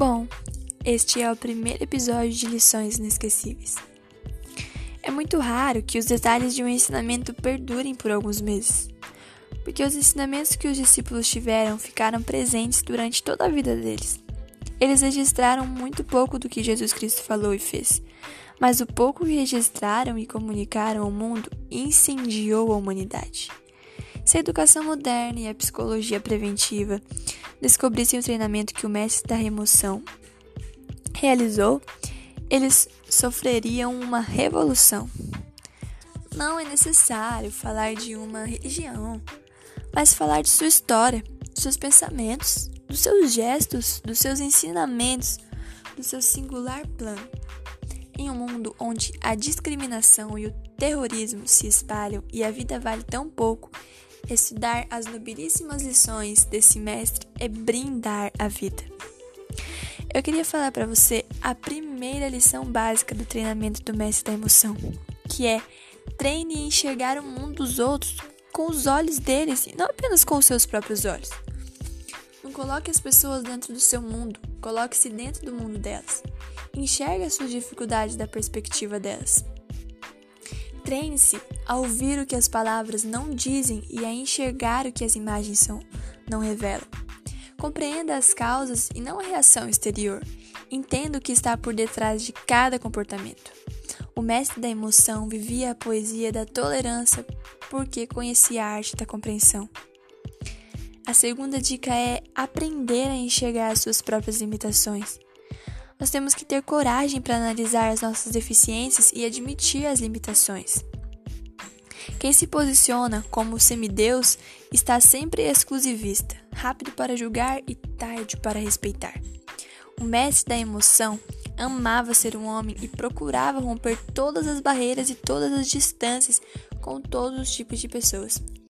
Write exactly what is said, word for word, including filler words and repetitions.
Bom, este é o primeiro episódio de Lições Inesquecíveis. É muito raro que os detalhes de um ensinamento perdurem por alguns meses, porque os ensinamentos que os discípulos tiveram ficaram presentes durante toda a vida deles. Eles registraram muito pouco do que Jesus Cristo falou e fez, mas o pouco que registraram e comunicaram ao mundo incendiou a humanidade. Se a educação moderna e a psicologia preventiva descobrissem o treinamento que o mestre da remoção realizou, eles sofreriam uma revolução. Não é necessário falar de uma religião, mas falar de sua história, dos seus pensamentos, dos seus gestos, dos seus ensinamentos, do seu singular plano. Em um mundo onde a discriminação e o terrorismo se espalham e a vida vale tão pouco, estudar as nobilíssimas lições desse mestre é brindar a vida. Eu queria falar para você a primeira lição básica do treinamento do mestre da emoção, que é: treine a enxergar o mundo dos outros com os olhos deles e não apenas com os seus próprios olhos. Não coloque as pessoas dentro do seu mundo, coloque-se dentro do mundo delas. Enxergue as suas dificuldades da perspectiva delas. Treine-se a ouvir o que as palavras não dizem e a enxergar o que as imagens são, não revelam. Compreenda as causas e não a reação exterior. Entenda o que está por detrás de cada comportamento. O mestre da emoção vivia a poesia da tolerância porque conhecia a arte da compreensão. A segunda dica é aprender a enxergar as suas próprias limitações. Nós temos que ter coragem para analisar as nossas deficiências e admitir as limitações. Quem se posiciona como semideus está sempre exclusivista, rápido para julgar e tarde para respeitar. O mestre da emoção amava ser um homem e procurava romper todas as barreiras e todas as distâncias com todos os tipos de pessoas.